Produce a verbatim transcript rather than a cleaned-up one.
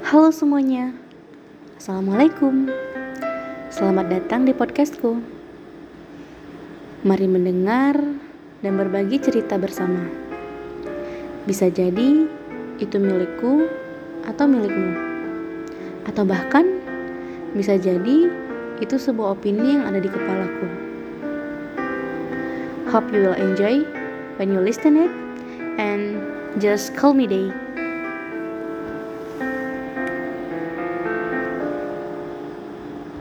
Halo semuanya, Assalamualaikum. Selamat datang di podcastku. Mari mendengar dan berbagi cerita bersama. Bisa jadi itu milikku atau milikmu, atau bahkan bisa jadi itu sebuah opini yang ada di kepalaku. Hope you will enjoy when you listen it, and just call me Day.